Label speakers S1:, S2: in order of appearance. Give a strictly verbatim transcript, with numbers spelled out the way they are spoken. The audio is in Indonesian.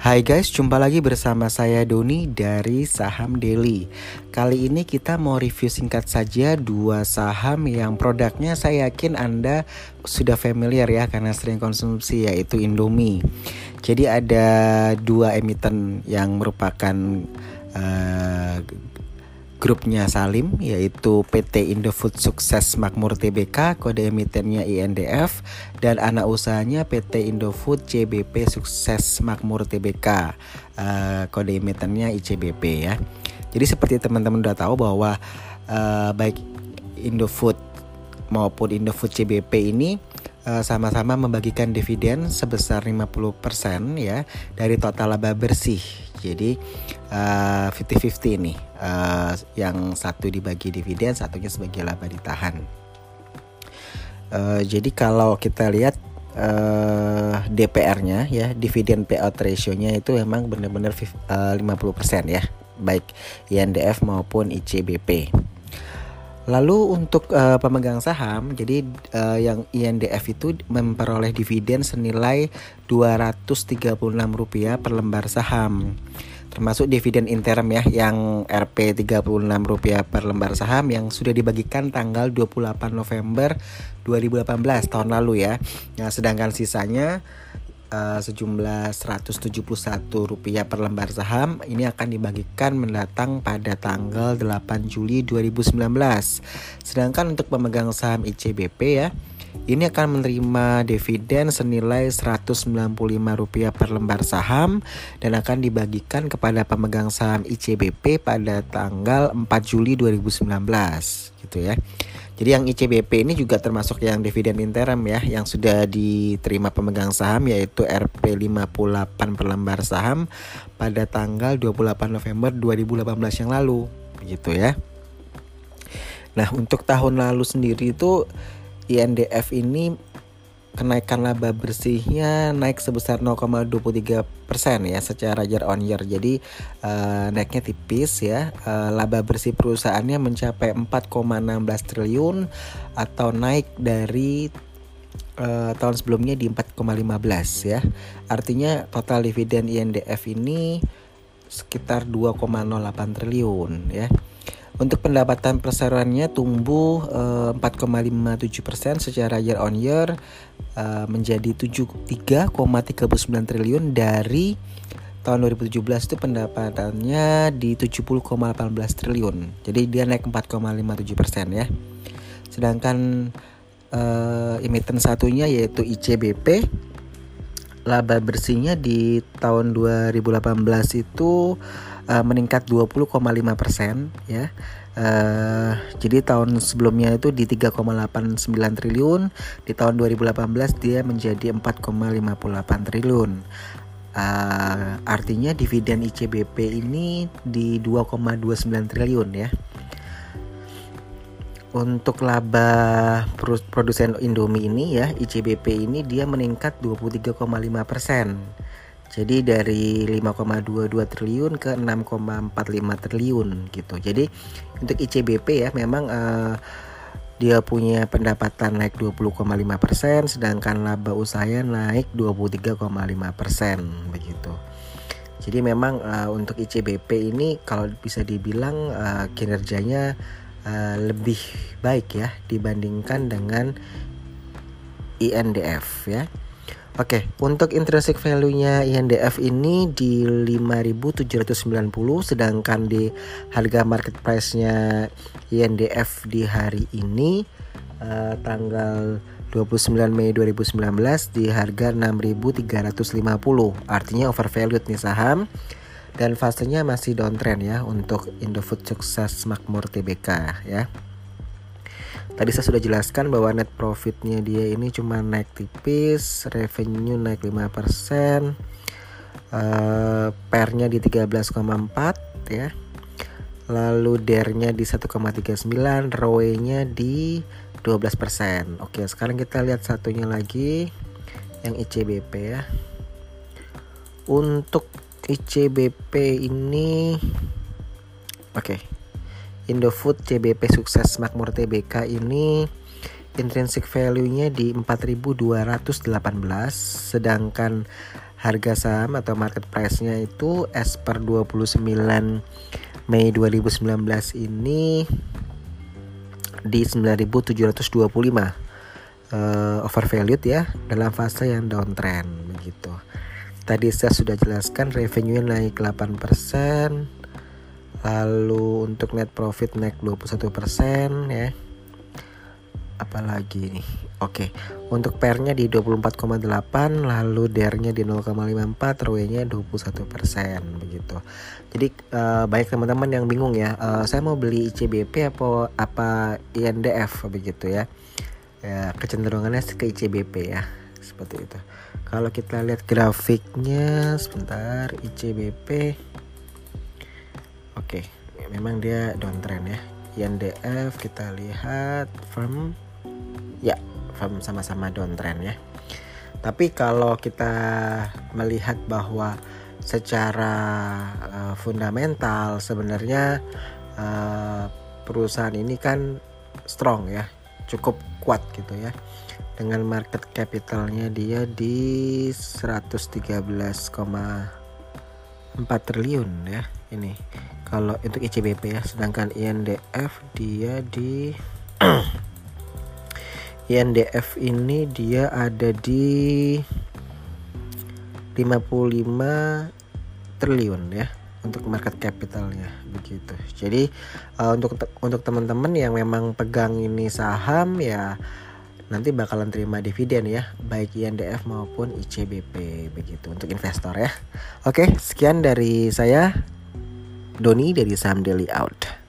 S1: Hai guys, jumpa lagi bersama saya Doni dari Saham Daily. Kali ini kita mau review singkat saja dua saham yang produknya saya yakin Anda sudah familiar ya karena sering konsumsi, yaitu Indomie. Jadi ada dua emiten yang merupakan uh, grupnya Salim, yaitu P T Indofood Sukses Makmur Tbk, kode emitennya I N D F, dan anak usahanya P T Indofood C B P Sukses Makmur Tbk, uh, kode emitennya I C B P ya. Jadi seperti teman-teman udah tahu bahwa uh, baik Indofood maupun Indofood C B P ini uh, sama-sama membagikan dividen sebesar lima puluh persen ya dari total laba bersih. Jadi uh, lima puluh lima puluh ini uh, yang satu dibagi dividen, satunya sebagai laba ditahan. Uh, jadi kalau kita lihat uh, D P R-nya ya, dividen payout ratio-nya itu memang benar-benar uh, lima puluh persen ya, baik I N D F maupun I C B P. Lalu untuk uh, pemegang saham, jadi uh, yang I N D F itu memperoleh dividen senilai dua ratus tiga puluh enam rupiah per lembar saham. Termasuk dividen interim ya, yang R P tiga puluh enam rupiah per lembar saham yang sudah dibagikan tanggal dua puluh delapan November dua ribu delapan belas tahun lalu ya. Nah, sedangkan sisanya Uh, sejumlah seratus tujuh puluh satu rupiah per lembar saham ini akan dibagikan mendatang pada tanggal delapan Juli dua ribu sembilan belas. Sedangkan untuk pemegang saham I C B P ya, ini akan menerima dividen senilai seratus sembilan puluh lima rupiah per lembar saham dan akan dibagikan kepada pemegang saham I C B P pada tanggal empat Juli dua ribu sembilan belas gitu ya. Jadi yang I C B P ini juga termasuk yang dividen interim ya, yang sudah diterima pemegang saham, yaitu R P lima puluh delapan per lembar saham pada tanggal dua puluh delapan November dua ribu delapan belas yang lalu, begitu ya. Nah, untuk tahun lalu sendiri itu I N D F ini kenaikan laba bersihnya naik sebesar nol koma dua puluh tiga persen ya secara year on year. Jadi uh, naiknya tipis ya. Uh, laba bersih perusahaannya mencapai empat koma satu enam triliun atau naik dari uh, tahun sebelumnya di empat koma lima belas ya. Artinya total dividen I N D F ini sekitar dua koma nol delapan triliun ya. Untuk pendapatan perseroannya tumbuh uh, empat koma lima tujuh persen secara year on year uh, menjadi tiga koma tiga sembilan triliun. Dari tahun dua ribu tujuh belas itu pendapatannya di tujuh puluh koma satu delapan triliun. Jadi dia naik empat koma lima tujuh persen ya. Sedangkan uh, emiten satunya yaitu I C B P, laba bersihnya di tahun dua ribu delapan belas itu uh, meningkat dua puluh koma lima persen ya. Uh, jadi tahun sebelumnya itu di tiga koma delapan sembilan triliun, di tahun dua ribu delapan belas dia menjadi empat koma lima delapan triliun. Uh, artinya dividen I C B P ini di dua koma dua sembilan triliun ya. Untuk laba produsen Indomie ini ya, I C B P ini dia meningkat dua puluh tiga koma lima persen. Jadi dari lima koma dua dua triliun ke enam koma empat lima triliun gitu. Jadi untuk I C B P ya memang uh, dia punya pendapatan naik dua puluh koma lima persen, sedangkan laba usahanya naik dua puluh tiga koma lima persen begitu. Jadi memang uh, untuk I C B P ini kalau bisa dibilang uh, kinerjanya uh, lebih baik ya dibandingkan dengan I N D F ya. Oke, untuk intrinsic value-nya I N D F ini di lima ribu tujuh ratus sembilan puluh, sedangkan di harga market price-nya I N D F di hari ini uh, tanggal dua puluh sembilan Mei dua ribu sembilan belas di harga enam ribu tiga ratus lima puluh. Artinya overvalued nih saham dan fasenya masih downtrend ya untuk Indofood Sukses Makmur Tbk ya. Tadi saya sudah jelaskan bahwa net profitnya dia ini cuma naik tipis, revenue naik lima persen, uh, P E R-nya di tiga belas koma empat ya. Lalu D E R-nya di satu koma tiga sembilan, R O E-nya di dua belas persen. Oke, sekarang kita lihat satunya lagi yang I C B P ya. Untuk I C B P ini oke. Okay. Indofood C B P Sukses Makmur Tbk ini intrinsic value-nya di empat ribu dua ratus delapan belas, sedangkan harga saham atau market price-nya itu as per dua puluh sembilan Mei dua ribu sembilan belas ini di sembilan ribu tujuh ratus dua puluh lima, uh, overvalued ya, dalam fase yang downtrend begitu. Tadi saya sudah jelaskan revenue naik delapan persen, lalu untuk net profit naik dua puluh satu persen ya. Apalagi nih, oke, untuk P E R-nya di dua puluh empat koma delapan, lalu D E R-nya di nol koma lima empat, R O E-nya dua puluh satu persen begitu. Jadi uh, banyak teman-teman yang bingung ya, uh, saya mau beli I C B P apa apa I N D F begitu ya. Ya, kecenderungannya ke I C B P ya, seperti itu. Kalau kita lihat grafiknya sebentar, I C B P, oke, memang dia downtrend ya. I N D F kita lihat firm, ya firm sama-sama downtrend ya. Tapi kalau kita melihat bahwa secara uh, fundamental sebenarnya uh, perusahaan ini kan strong ya, cukup kuat gitu ya. Dengan market capitalnya dia di seratus tiga belas koma empat triliun ya ini. Kalau untuk I C B P ya, sedangkan I N D F dia di I N D F ini dia ada di lima puluh lima triliun ya untuk market capitalnya begitu. Jadi uh, untuk untuk teman-teman yang memang pegang ini saham ya, nanti bakalan terima dividen ya, baik I N D F maupun I C B P begitu untuk investor ya. Oke, sekian dari saya, Doni dari Saham Daily out.